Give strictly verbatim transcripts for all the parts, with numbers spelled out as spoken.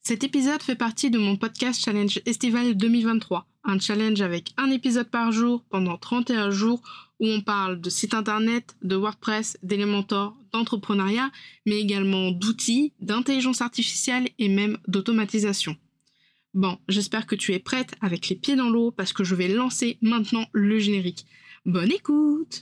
Cet épisode fait partie de mon podcast Challenge Estival deux mille vingt-trois, un challenge avec un épisode par jour pendant trente et un jours où on parle de site internet, de WordPress, d'Elementor, d'entrepreneuriat, mais également d'outils, d'intelligence artificielle et même d'automatisation. Bon, j'espère que tu es prête avec les pieds dans l'eau parce que je vais lancer maintenant le générique. Bonne écoute!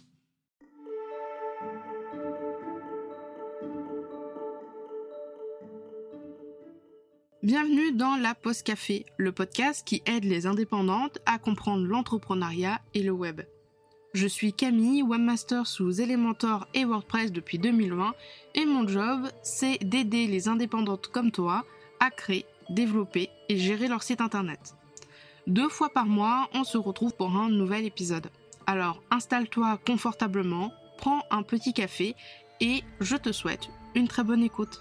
Bienvenue dans la Pause Café, le podcast qui aide les indépendantes à comprendre l'entrepreneuriat et le web. Je suis Camille, webmaster sous Elementor et WordPress depuis deux mille vingt et mon job, c'est d'aider les indépendantes comme toi à créer, développer et gérer leur site internet. Deux fois par mois, on se retrouve pour un nouvel épisode. Alors installe-toi confortablement, prends un petit café et je te souhaite une très bonne écoute.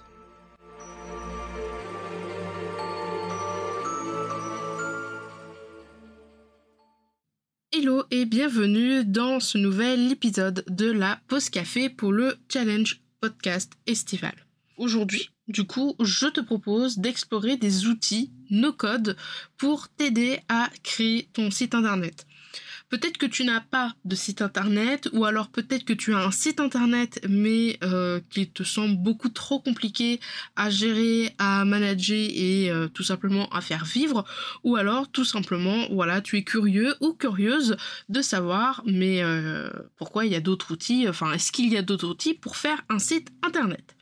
Hello et bienvenue dans ce nouvel épisode de la Pause Café pour le Challenge Podcast Estival. Aujourd'hui, du coup, je te propose d'explorer des outils no-code pour t'aider à créer ton site internet. Peut-être que tu n'as pas de site internet ou alors peut-être que tu as un site internet mais euh, qui te semble beaucoup trop compliqué à gérer, à manager et euh, tout simplement à faire vivre, ou alors tout simplement voilà tu es curieux ou curieuse de savoir mais euh, pourquoi il y a d'autres outils, enfin est-ce qu'il y a d'autres outils pour faire un site internet.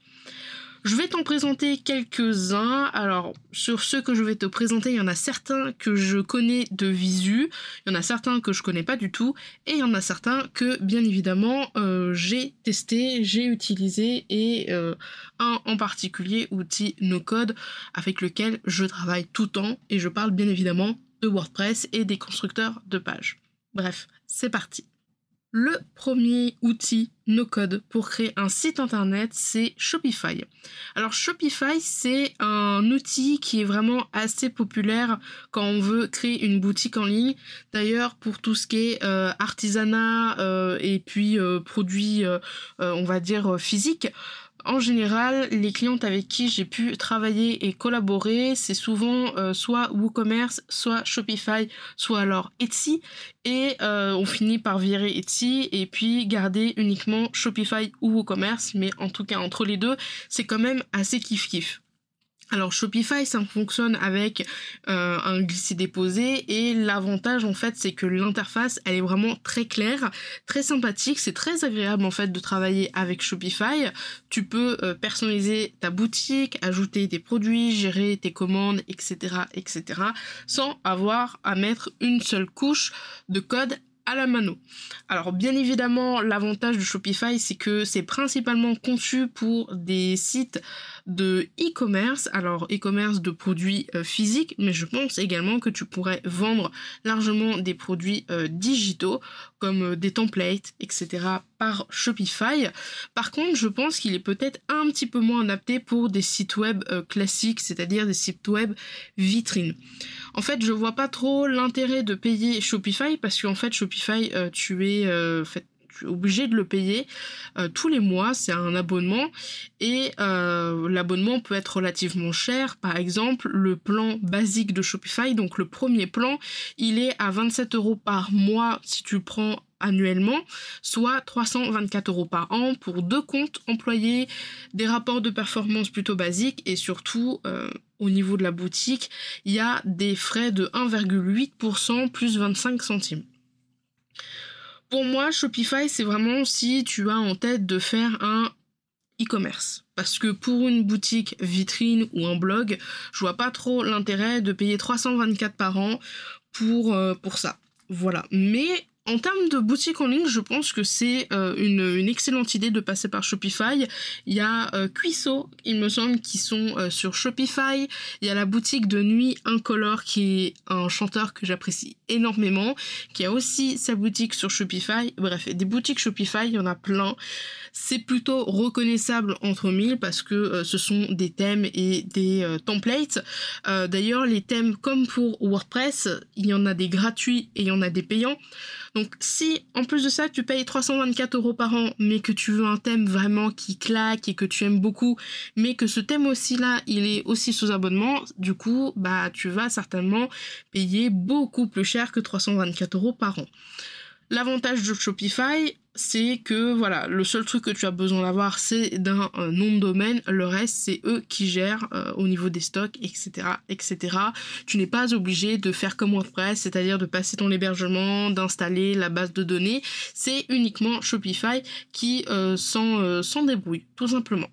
Je vais t'en présenter quelques-uns. Alors, sur ceux que je vais te présenter, il y en a certains que je connais de visu, il y en a certains que je connais pas du tout, et il y en a certains que, bien évidemment, euh, j'ai testé, j'ai utilisé, et euh, un en particulier, outil no-code, avec lequel je travaille tout le temps, et je parle bien évidemment de WordPress et des constructeurs de pages. Bref, c'est parti. Le premier outil no-code pour créer un site internet, c'est Shopify. Alors Shopify, c'est un outil qui est vraiment assez populaire quand on veut créer une boutique en ligne. D'ailleurs, pour tout ce qui est euh, artisanat euh, et puis euh, produits, euh, euh, on va dire, physiques, en général, les clientes avec qui j'ai pu travailler et collaborer, c'est souvent euh, soit WooCommerce, soit Shopify, soit alors Etsy. Et euh, on finit par virer Etsy et puis garder uniquement Shopify ou WooCommerce. Mais en tout cas, entre les deux, c'est quand même assez kiff-kiff. Alors Shopify, ça fonctionne avec euh, un glisser-déposer et l'avantage en fait c'est que l'interface elle est vraiment très claire, très sympathique, c'est très agréable en fait de travailler avec Shopify. Tu peux euh, personnaliser ta boutique, ajouter des produits, gérer tes commandes, et cetera, et cetera sans avoir à mettre une seule couche de code à la mano. Alors bien évidemment l'avantage de Shopify c'est que c'est principalement conçu pour des sites de e-commerce, alors e-commerce de produits euh, physiques, mais je pense également que tu pourrais vendre largement des produits euh, digitaux comme euh, des templates, et cetera par Shopify. Par contre, je pense qu'il est peut-être un petit peu moins adapté pour des sites web euh, classiques, c'est-à-dire des sites web vitrines. En fait, je vois pas trop l'intérêt de payer Shopify parce qu'en fait, Shopify, euh, tu es euh, fait, tu es obligé de le payer euh, tous les mois, c'est un abonnement et euh, l'abonnement peut être relativement cher. Par exemple, le plan basique de Shopify, donc le premier plan, il est à vingt-sept euros par mois si tu le prends annuellement, soit trois cent vingt-quatre euros par an pour deux comptes employés, des rapports de performance plutôt basiques et surtout euh, au niveau de la boutique, il y a des frais de un virgule huit pour cent plus vingt-cinq centimes. Pour moi, Shopify, c'est vraiment si tu as en tête de faire un e-commerce. Parce que pour une boutique vitrine ou un blog, je vois pas trop l'intérêt de payer trois cent vingt-quatre par an pour, euh, pour ça. Voilà. Mais en termes de boutique en ligne, je pense que c'est euh, une, une excellente idée de passer par Shopify. Il y a euh, Cuiso, il me semble, qui sont euh, sur Shopify. Il y a la boutique de nuit Incolore, qui est un chanteur que j'apprécie énormément, qui a aussi sa boutique sur Shopify. Bref, des boutiques Shopify, il y en a plein. C'est plutôt reconnaissable entre mille parce que euh, ce sont des thèmes et des euh, templates. Euh, d'ailleurs, les thèmes, comme pour WordPress, il y en a des gratuits et il y en a des payants. Donc si, en plus de ça, tu payes trois cent vingt-quatre euros par an, mais que tu veux un thème vraiment qui claque et que tu aimes beaucoup, mais que ce thème aussi là, il est aussi sous abonnement, du coup, bah tu vas certainement payer beaucoup plus cher que trois cent vingt-quatre euros par an. L'avantage de Shopify, c'est que voilà, le seul truc que tu as besoin d'avoir, c'est d'un euh, nom de domaine. Le reste, c'est eux qui gèrent euh, au niveau des stocks, et cetera, et cetera. Tu n'es pas obligé de faire comme WordPress, c'est-à-dire de passer ton hébergement, d'installer la base de données. C'est uniquement Shopify qui euh, s'en, euh, s'en débrouille, tout simplement.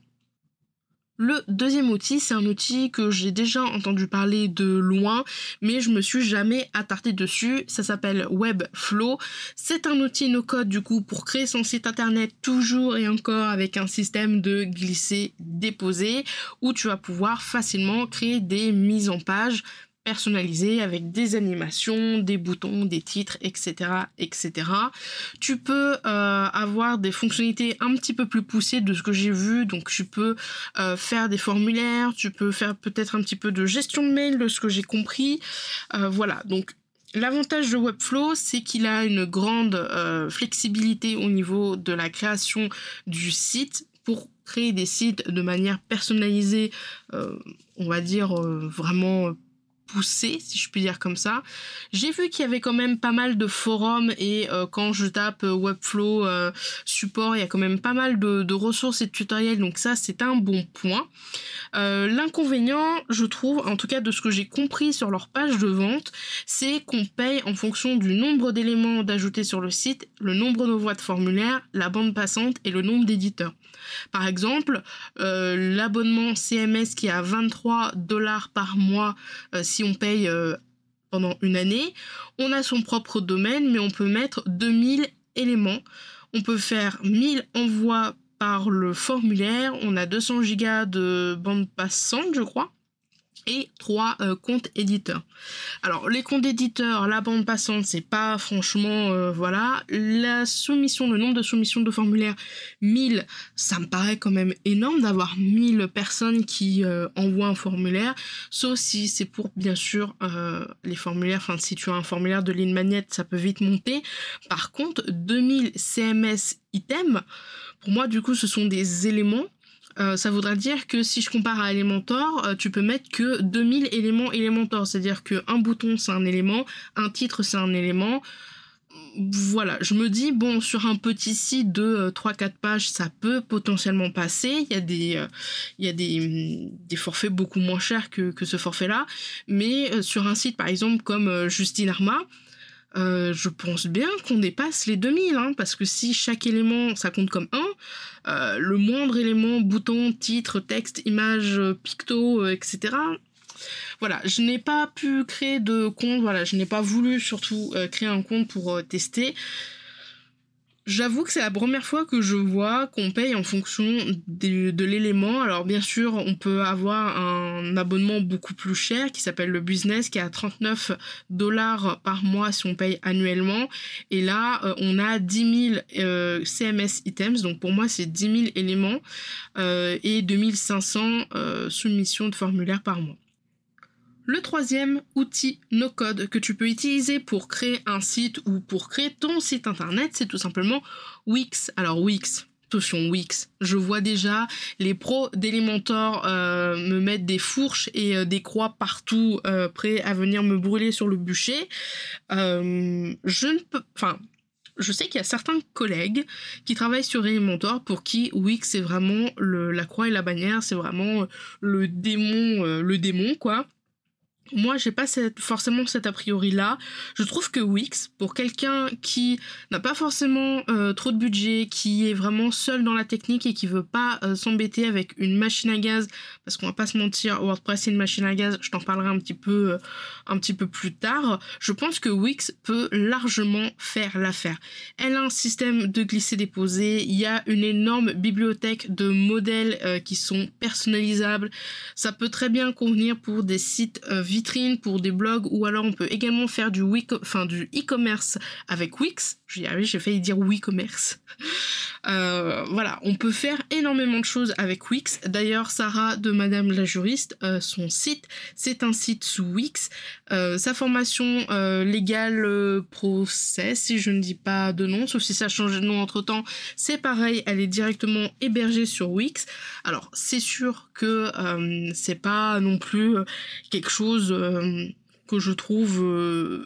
Le deuxième outil, c'est un outil que j'ai déjà entendu parler de loin, mais je me suis jamais attardée dessus. Ça s'appelle Webflow. C'est un outil no-code du coup pour créer son site internet toujours et encore avec un système de glisser-déposer où tu vas pouvoir facilement créer des mises en page personnalisé avec des animations, des boutons, des titres, et cetera, et cetera. Tu peux euh, avoir des fonctionnalités un petit peu plus poussées de ce que j'ai vu, donc tu peux euh, faire des formulaires, tu peux faire peut-être un petit peu de gestion de mail de ce que j'ai compris. Euh, voilà, donc l'avantage de Webflow, c'est qu'il a une grande euh, flexibilité au niveau de la création du site pour créer des sites de manière personnalisée, euh, on va dire euh, vraiment poussé, si je puis dire comme ça. J'ai vu qu'il y avait quand même pas mal de forums et euh, quand je tape euh, Webflow euh, support, il y a quand même pas mal de, de ressources et de tutoriels, donc ça c'est un bon point. Euh, l'inconvénient, je trouve, en tout cas de ce que j'ai compris sur leur page de vente, c'est qu'on paye en fonction du nombre d'éléments d'ajouter sur le site, le nombre de voies de formulaire, la bande passante et le nombre d'éditeurs. Par exemple, euh, l'abonnement C M S qui est à vingt-trois dollars par mois euh, si on paye euh, pendant une année, on a son propre domaine, mais on peut mettre deux mille éléments. On peut faire mille envois par le formulaire, on a deux cents gigas de bande passante, je crois, et trois euh, comptes éditeurs. Alors les comptes éditeurs, la bande passante, c'est pas franchement euh, voilà, la soumission, le nombre de soumissions de formulaires, mille, ça me paraît quand même énorme d'avoir mille personnes qui euh, envoient un formulaire, sauf si c'est pour bien sûr euh, les formulaires, enfin si tu as un formulaire de ligne magnet, ça peut vite monter. Par contre, deux mille C M S items, pour moi du coup ce sont des éléments. Euh, ça voudra dire que si je compare à Elementor, euh, tu peux mettre que deux mille éléments Elementor, c'est-à-dire qu'un bouton c'est un élément, un titre c'est un élément. Voilà, je me dis, bon, sur un petit site de euh, trois quatre pages, ça peut potentiellement passer. Il y a des, euh, il y a des, des forfaits beaucoup moins chers que, que ce forfait-là. Mais euh, sur un site, par exemple, comme euh, Justine Arma, Euh, je pense bien qu'on dépasse les deux mille, hein, parce que si chaque élément, ça compte comme un, euh, le moindre élément, bouton, titre, texte, image, picto, euh, et cetera. Voilà, je n'ai pas pu créer de compte, voilà, je n'ai pas voulu surtout euh, créer un compte pour euh, tester. J'avoue que c'est la première fois que je vois qu'on paye en fonction de, de l'élément. Alors bien sûr, on peut avoir un abonnement beaucoup plus cher qui s'appelle le Business, qui est à trente-neuf dollars par mois si on paye annuellement. Et là, euh, on a dix mille euh, C M S items, donc pour moi c'est dix mille éléments euh, et deux mille cinq cents euh, soumissions de formulaires par mois. Le troisième outil no-code que tu peux utiliser pour créer un site ou pour créer ton site internet, c'est tout simplement Wix. Alors Wix, attention Wix, je vois déjà les pros d'Elementor euh, me mettre des fourches et euh, des croix partout, euh, prêts à venir me brûler sur le bûcher. Euh, je ne peux... Enfin... Je sais qu'il y a certains collègues qui travaillent sur Elementor pour qui Wix c'est vraiment le, la croix et la bannière, c'est vraiment le démon, euh, le démon quoi. Moi, j'ai pas cette, forcément cet a priori-là. Je trouve que Wix, pour quelqu'un qui n'a pas forcément euh, trop de budget, qui est vraiment seul dans la technique et qui veut pas euh, s'embêter avec une machine à gaz, parce qu'on va pas se mentir, WordPress c'est une machine à gaz, je t'en parlerai un petit peu, euh, un petit peu plus tard. Je pense que Wix peut largement faire l'affaire. Elle a un système de glisser-déposer, il y a une énorme bibliothèque de modèles euh, qui sont personnalisables. Ça peut très bien convenir pour des sites euh, vitrine pour des blogs, ou alors on peut également faire du, Wix, enfin, du e-commerce avec Wix. J'y arrive, j'ai failli dire WeCommerce. Euh, voilà, on peut faire énormément de choses avec Wix. D'ailleurs, Sarah de Madame la Juriste, euh, son site, c'est un site sous Wix. Euh, sa formation euh, légale euh, process, si je ne dis pas de nom, sauf si ça a changé de nom entre-temps, c'est pareil, elle est directement hébergée sur Wix. Alors, c'est sûr que euh, c'est pas non plus quelque chose euh, que je trouve euh,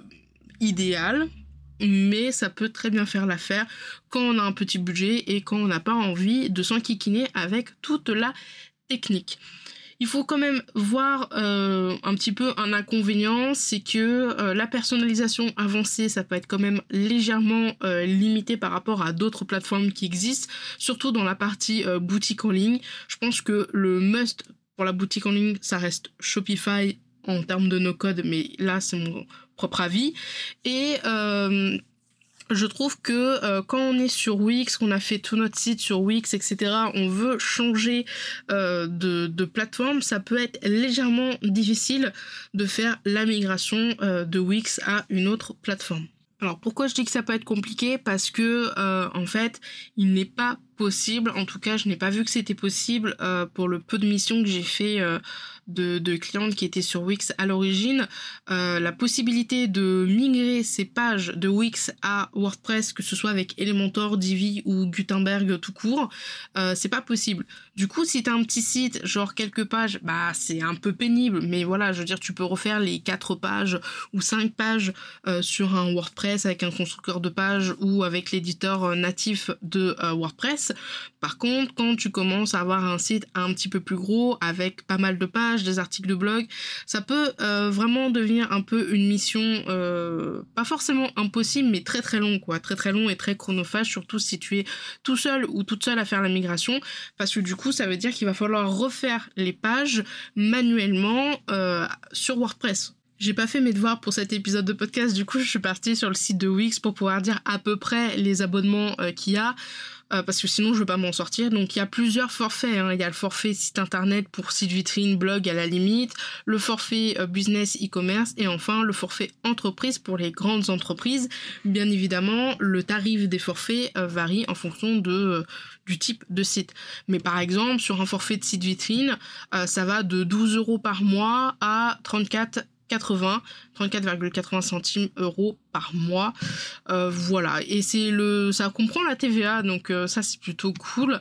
idéal, mais ça peut très bien faire l'affaire quand on a un petit budget et quand on n'a pas envie de s'enquiquiner avec toute la technique. Il faut quand même voir euh, un petit peu un inconvénient, c'est que euh, la personnalisation avancée, ça peut être quand même légèrement euh, limité par rapport à d'autres plateformes qui existent, surtout dans la partie euh, boutique en ligne. Je pense que le must pour la boutique en ligne, ça reste Shopify en termes de no-code, mais là, c'est mon propre avis. Et euh, je trouve que euh, quand on est sur Wix, qu'on a fait tout notre site sur Wix, et cetera, on veut changer euh, de, de plateforme, ça peut être légèrement difficile de faire la migration euh, de Wix à une autre plateforme. Alors pourquoi je dis que ça peut être compliqué ? Parce que euh, en fait, il n'est pas possible, en tout cas je n'ai pas vu que c'était possible euh, pour le peu de missions que j'ai fait euh, de, de clientes qui étaient sur Wix à l'origine, euh, la possibilité de migrer ces pages de Wix à WordPress, que ce soit avec Elementor, Divi ou Gutenberg tout court, euh, c'est pas possible. Du coup, si t'as un petit site, genre quelques pages, bah c'est un peu pénible, mais voilà, je veux dire, tu peux refaire les quatre pages ou cinq pages euh, sur un WordPress avec un constructeur de pages ou avec l'éditeur natif de euh, WordPress. Par contre, quand tu commences à avoir un site un petit peu plus gros, avec pas mal de pages, des articles de blog, ça peut euh, vraiment devenir un peu une mission, euh, pas forcément impossible, mais très très long, quoi, très très long et très chronophage, surtout si tu es tout seul ou toute seule à faire la migration, parce que du coup, ça veut dire qu'il va falloir refaire les pages manuellement euh, sur WordPress. J'ai pas fait mes devoirs pour cet épisode de podcast, du coup je suis partie sur le site de Wix pour pouvoir dire à peu près les abonnements euh, qu'il y a, euh, parce que sinon je vais pas m'en sortir. Donc il y a plusieurs forfaits, hein. Il y a le forfait site internet pour site vitrine, blog à la limite, le forfait euh, business e-commerce et enfin le forfait entreprise pour les grandes entreprises. Bien évidemment, le tarif des forfaits euh, varie en fonction de... Euh, du type de site. Mais par exemple, sur un forfait de site vitrine, euh, ça va de douze euros par mois à trente-quatre quatre-vingts, trente-quatre virgule quatre-vingts centimes euros par mois. Euh, voilà. Et c'est le, ça comprend la T V A, donc euh, ça c'est plutôt cool.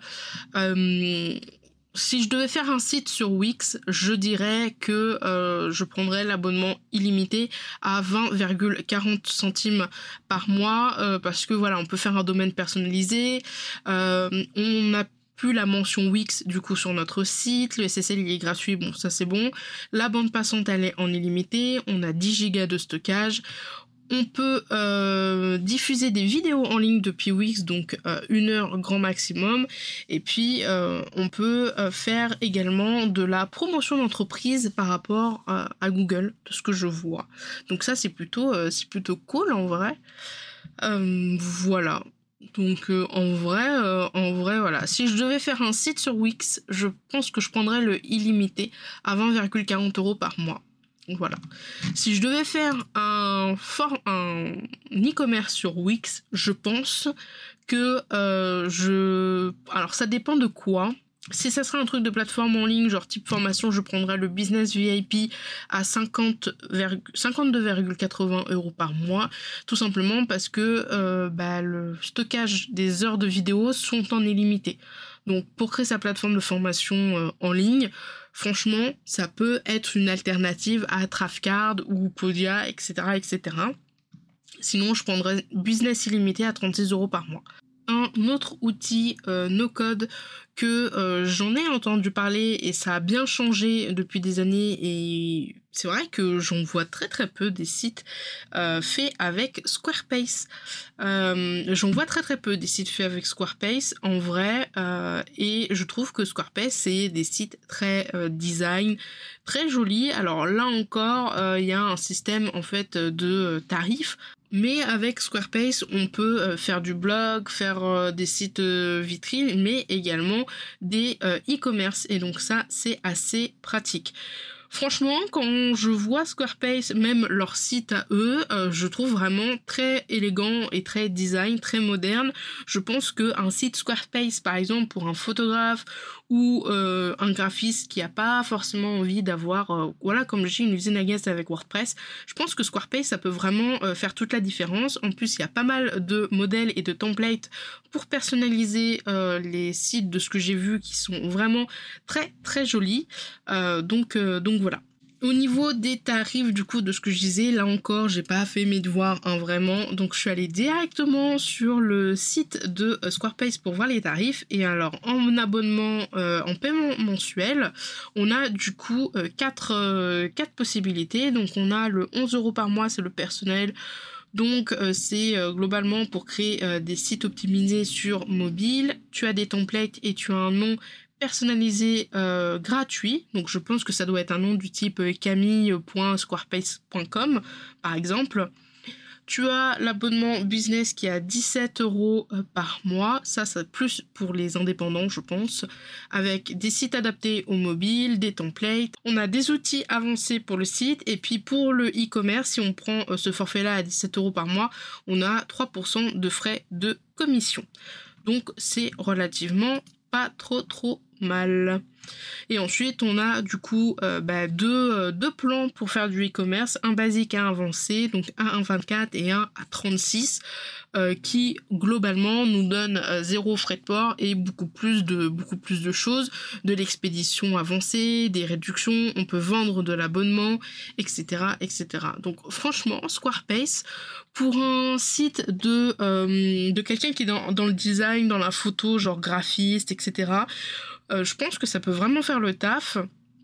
Euh, Si je devais faire un site sur Wix, je dirais que euh, je prendrais l'abonnement illimité à vingt virgule quarante centimes par mois, euh, parce que voilà, on peut faire un domaine personnalisé, euh, on a plus la mention Wix du coup sur notre site, le S S L il est gratuit, bon ça c'est bon, la bande passante elle est en illimité, on a dix gigas de stockage. On peut euh, diffuser des vidéos en ligne depuis Wix, donc euh, une heure grand maximum. Et puis, euh, on peut euh, faire également de la promotion d'entreprise par rapport euh, à Google, de ce que je vois. Donc ça, c'est plutôt, euh, c'est plutôt cool en vrai. Euh, voilà. Donc euh, en vrai, euh, en vrai, voilà. Si je devais faire un site sur Wix, je pense que je prendrais le illimité à vingt virgule quarante euros par mois. Voilà. Si je devais faire un, for- un e-commerce sur Wix, je pense que euh, je... Alors ça dépend de quoi. Si ça serait un truc de plateforme en ligne, genre type formation, je prendrais le business V I P à cinquante-deux virgule quatre-vingts euros par mois, tout simplement parce que euh, bah, le stockage des heures de vidéos sont en illimité. Donc pour créer sa plateforme de formation euh, en ligne, franchement, ça peut être une alternative à Trafcard ou Podia, et cetera, et cetera. Sinon, je prendrais business illimité à trente-six euros par mois. Un autre outil euh, no-code que euh, j'en ai entendu parler et ça a bien changé depuis des années et c'est vrai que j'en vois très très peu des sites euh, faits avec Squarespace. Euh, j'en vois très très peu des sites faits avec Squarespace en vrai euh, et je trouve que Squarespace c'est des sites très euh, design, très jolis. Alors là encore, il euh, y a un système en fait de tarifs. Mais avec Squarespace, on peut euh, faire du blog, faire euh, des sites euh, vitrines, mais également des euh, e-commerce. Et donc ça, c'est assez pratique. Franchement, quand je vois Squarespace, même leur site à eux, euh, je trouve vraiment très élégant et très design, très moderne. Je pense qu'un site Squarespace, par exemple, pour un photographe ou euh, un graphiste qui n'a pas forcément envie d'avoir, euh, voilà, comme j'ai une usine à gaz avec WordPress, je pense que Squarespace, ça peut vraiment euh, faire toute la différence. En plus, il y a pas mal de modèles et de templates pour personnaliser euh, les sites de ce que j'ai vu qui sont vraiment très très jolis. Euh, donc, euh, donc voilà. Au niveau des tarifs, du coup, de ce que je disais, là encore, j'ai pas fait mes devoirs, hein, vraiment. Donc, je suis allée directement sur le site de euh, Squarespace pour voir les tarifs. Et alors, en abonnement, euh, en paiement mensuel, on a du coup euh, quatre, euh, quatre possibilités. Donc, on a le onze euros par mois, c'est le personnel. Donc, euh, c'est euh, globalement pour créer euh, des sites optimisés sur mobile. Tu as des templates et tu as un nom personnalisé euh, gratuit, donc je pense que ça doit être un nom du type camille point squarespace point com par exemple. Tu as l'abonnement business qui est à dix-sept euros par mois, ça c'est plus pour les indépendants je pense, avec des sites adaptés au mobile, des templates, on a des outils avancés pour le site, et puis pour le e-commerce, si on prend ce forfait là à dix-sept euros par mois, on a trois pour cent de frais de commission, donc c'est relativement pas trop trop mal. Et ensuite on a du coup euh, bah, deux, euh, deux plans pour faire du e-commerce, un basique et un avancé, donc un à vingt-quatre et un à trente-six, euh, qui globalement nous donne euh, zéro frais de port et beaucoup plus de beaucoup plus de choses, de l'expédition avancée, des réductions, on peut vendre de l'abonnement, etc etc. Donc franchement Squarespace, pour un site de, euh, de quelqu'un qui est dans, dans le design, dans la photo, genre graphiste, et cetera, euh, je pense que ça peut vraiment faire le taf.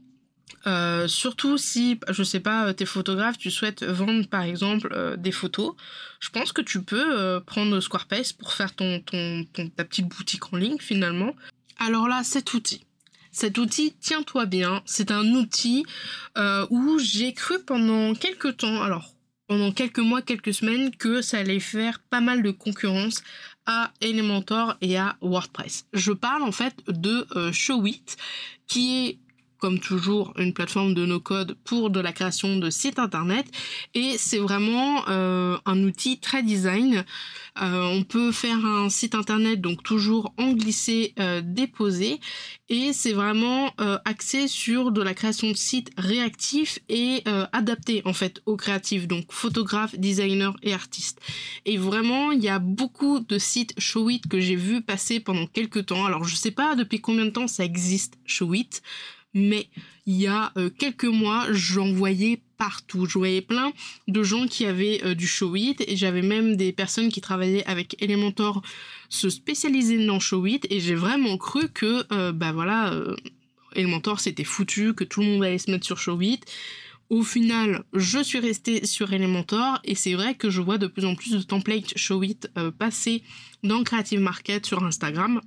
Euh, surtout si, je sais pas, t'es photographe, tu souhaites vendre par exemple euh, des photos, je pense que tu peux euh, prendre Squarespace pour faire ton, ton, ton, ta petite boutique en ligne finalement. Alors là, cet outil. Cet outil, tiens-toi bien, c'est un outil euh, où j'ai cru pendant quelques temps, alors pendant quelques mois, quelques semaines, que ça allait faire pas mal de concurrence à Elementor et à WordPress. Je parle en fait de euh, Showit, qui est comme toujours une plateforme de no-code pour de la création de sites internet, et c'est vraiment euh, un outil très design. Euh, on peut faire un site internet donc toujours en glisser euh, déposé, et c'est vraiment euh, axé sur de la création de sites réactifs et euh, adaptés en fait aux créatifs, donc photographes, designers et artistes. Et vraiment il y a beaucoup de sites Showit que j'ai vu passer pendant quelques temps. Alors je sais pas depuis combien de temps ça existe Showit, mais il y a euh, quelques mois, j'en voyais partout. Je voyais plein de gens qui avaient euh, du Showit, et j'avais même des personnes qui travaillaient avec Elementor se spécialiser dans Showit, et j'ai vraiment cru que euh, bah voilà, euh, Elementor c'était foutu, que tout le monde allait se mettre sur Showit. Au final, je suis restée sur Elementor, et c'est vrai que je vois de plus en plus de templates Showit euh, passer dans Creative Market sur Instagram.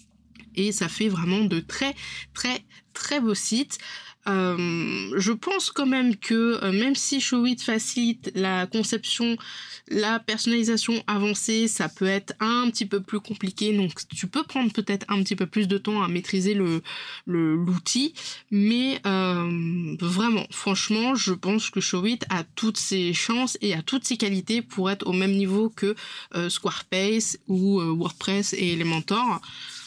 Et ça fait vraiment de très très très beaux sites. Euh, je pense quand même que euh, même si Showit facilite la conception, la personnalisation avancée, ça peut être un petit peu plus compliqué. Donc tu peux prendre peut-être un petit peu plus de temps à maîtriser le, le l'outil. Mais euh, vraiment, franchement, je pense que Showit a toutes ses chances et a toutes ses qualités pour être au même niveau que euh, Squarespace ou euh, WordPress et Elementor.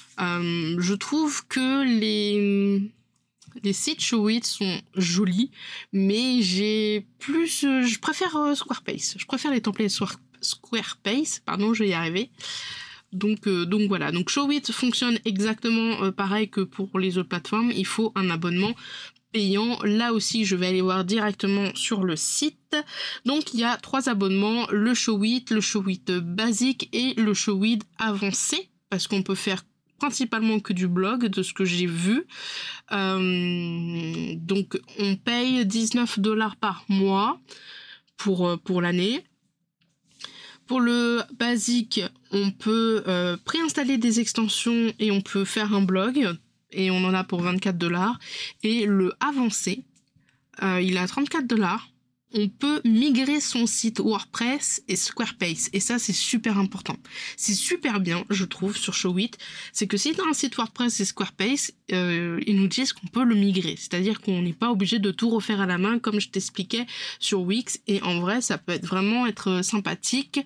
Euh, je trouve que les, les sites Showit sont jolis, mais j'ai plus, euh, je préfère euh, Squarespace. Je préfère les templates Squarespace, pardon, je vais y arriver. Donc, euh, donc voilà. Donc Showit fonctionne exactement euh, pareil que pour les autres plateformes. Il faut un abonnement payant. Là aussi, je vais aller voir directement sur le site. Donc il y a trois abonnements, le Showit, le Showit basique et le Showit avancé, parce qu'on peut faire principalement que du blog de ce que j'ai vu. Euh, donc on paye dix-neuf dollars par mois pour, pour l'année. Pour le basique, on peut euh, préinstaller des extensions et on peut faire un blog, et on en a pour vingt-quatre dollars. Et le avancé, euh, il est à trente-quatre dollars. on peut migrer son site WordPress et Squarespace. Et ça, c'est super important. C'est super bien, je trouve, sur Showit. C'est que si tu as un site WordPress et Squarespace, euh, ils nous disent qu'on peut le migrer. C'est-à-dire qu'on n'est pas obligé de tout refaire à la main, comme je t'expliquais sur Wix. Et en vrai, ça peut être vraiment être sympathique.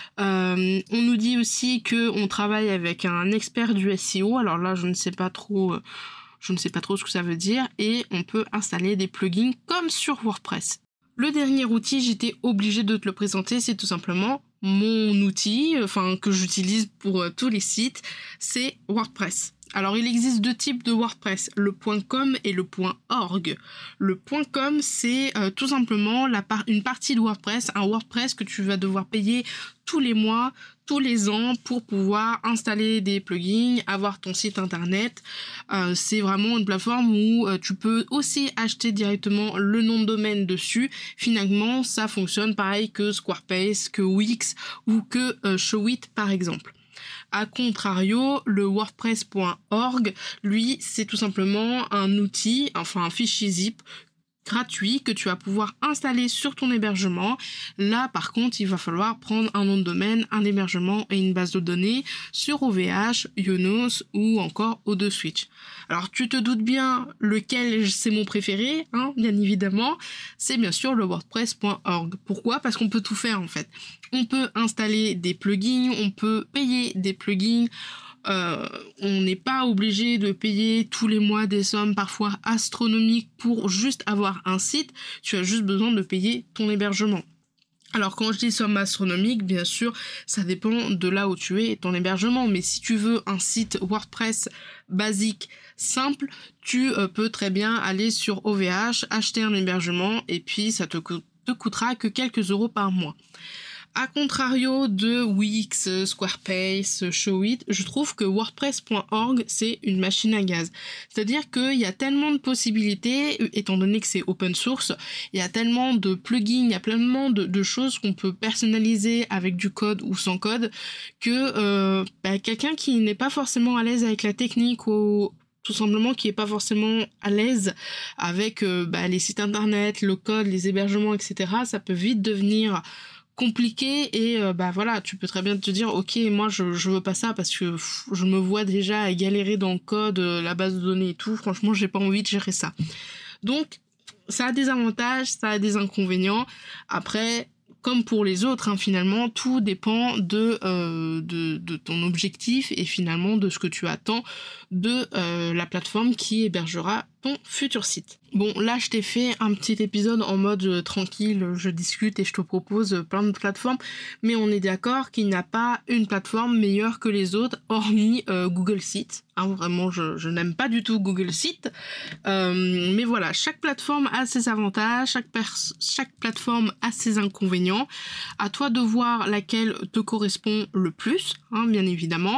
Euh, on nous dit aussi qu'on travaille avec un expert du S E O. Alors là, je ne sais pas trop... Euh, je ne sais pas trop ce que ça veut dire. Et on peut installer des plugins comme sur WordPress. Le dernier outil, j'étais obligée de te le présenter, c'est tout simplement mon outil, enfin que j'utilise pour euh, tous les sites, c'est WordPress. Alors il existe deux types de WordPress, le .com et le .org. Le .com, c'est euh, tout simplement la par- une partie de WordPress, un WordPress que tu vas devoir payer tous les mois, tous les ans pour pouvoir installer des plugins, avoir ton site internet. Euh, c'est vraiment une plateforme où euh, tu peux aussi acheter directement le nom de domaine dessus. Finalement, ça fonctionne pareil que Squarespace, que Wix ou que euh, Showit par exemple. A contrario, le WordPress point org, lui, c'est tout simplement un outil, enfin un fichier zip gratuit que tu vas pouvoir installer sur ton hébergement. Là, par contre, il va falloir prendre un nom de domaine, un hébergement et une base de données sur O V H, Yonos ou encore O deux Switch. Alors, tu te doutes bien lequel c'est mon préféré, hein, bien évidemment. C'est bien sûr le WordPress point org. Pourquoi ? Parce qu'on peut tout faire, en fait. On peut installer des plugins, on peut payer des plugins. Euh, on n'est pas obligé de payer tous les mois des sommes parfois astronomiques pour juste avoir un site, tu as juste besoin de payer ton hébergement. Alors quand je dis somme astronomique, bien sûr, ça dépend de là où tu es et ton hébergement, mais si tu veux un site WordPress basique, simple, tu euh, peux très bien aller sur O V H, acheter un hébergement et puis ça te, co- te coûtera que quelques euros par mois. A contrario de Wix, Squarespace, Showit, je trouve que WordPress point org, c'est une machine à gaz. C'est-à-dire qu'il y a tellement de possibilités, étant donné que c'est open source, il y a tellement de plugins, il y a tellement de, de choses qu'on peut personnaliser avec du code ou sans code, que euh, bah, quelqu'un qui n'est pas forcément à l'aise avec la technique ou tout simplement qui est pas forcément à l'aise avec euh, bah, les sites internet, le code, les hébergements, et cetera, ça peut vite devenir compliqué et euh, bah voilà, tu peux très bien te dire ok, moi je je veux pas ça parce que pff, je me vois déjà à galérer dans le code, euh, la base de données et tout, franchement j'ai pas envie de gérer ça. Donc ça a des avantages, ça a des inconvénients. Après, comme pour les autres, hein, finalement, tout dépend de, euh, de, de ton objectif et finalement de ce que tu attends de euh, la plateforme qui hébergera ton futur site. Bon, là, je t'ai fait un petit épisode en mode euh, tranquille, je discute et je te propose plein de plateformes, mais on est d'accord qu'il n'y a pas une plateforme meilleure que les autres, hormis euh, Google Sites. Hein, vraiment, je, je n'aime pas du tout Google Sites. Euh, mais voilà, chaque plateforme a ses avantages, chaque, pers- chaque plateforme a ses inconvénients. À toi de voir laquelle te correspond le plus, hein, bien évidemment.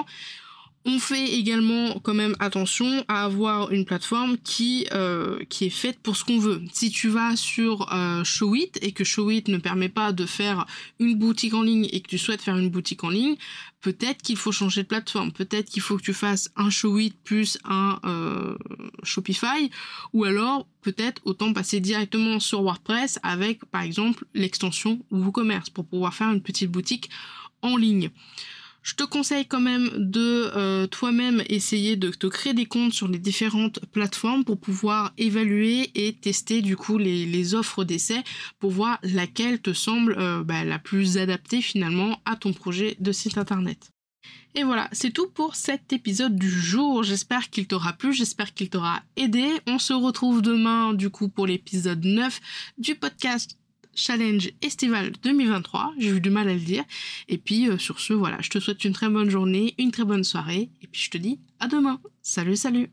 On fait également quand même attention à avoir une plateforme qui euh, qui est faite pour ce qu'on veut. Si tu vas sur euh, Showit et que Showit ne permet pas de faire une boutique en ligne et que tu souhaites faire une boutique en ligne, peut-être qu'il faut changer de plateforme. Peut-être qu'il faut que tu fasses un Showit plus un euh, Shopify, ou alors peut-être autant passer directement sur WordPress avec par exemple l'extension WooCommerce pour pouvoir faire une petite boutique en ligne. Je te conseille quand même de euh, toi-même essayer de te créer des comptes sur les différentes plateformes pour pouvoir évaluer et tester du coup les, les offres d'essai pour voir laquelle te semble euh, bah, la plus adaptée finalement à ton projet de site internet. Et voilà, c'est tout pour cet épisode du jour. J'espère qu'il t'aura plu, j'espère qu'il t'aura aidé. On se retrouve demain du coup pour l'épisode neuf du podcast Challenge estival deux mille vingt-trois, j'ai eu du mal à le dire, et puis euh, sur ce, voilà, je te souhaite une très bonne journée, une très bonne soirée, et puis je te dis à demain. Salut, salut.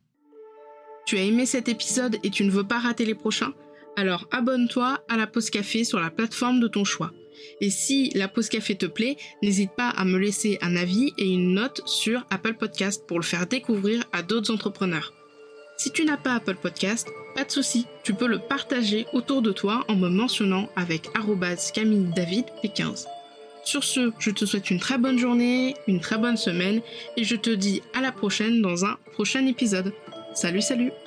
Tu as aimé cet épisode et tu ne veux pas rater les prochains ? Alors abonne-toi à la pause café sur la plateforme de ton choix. Et si la pause café te plaît, n'hésite pas à me laisser un avis et une note sur Apple Podcast pour le faire découvrir à d'autres entrepreneurs. Si tu n'as pas Apple Podcast, pas de souci, tu peux le partager autour de toi en me mentionnant avec arobase camille david p quinze. Sur ce, je te souhaite une très bonne journée, une très bonne semaine et je te dis à la prochaine dans un prochain épisode. Salut, salut!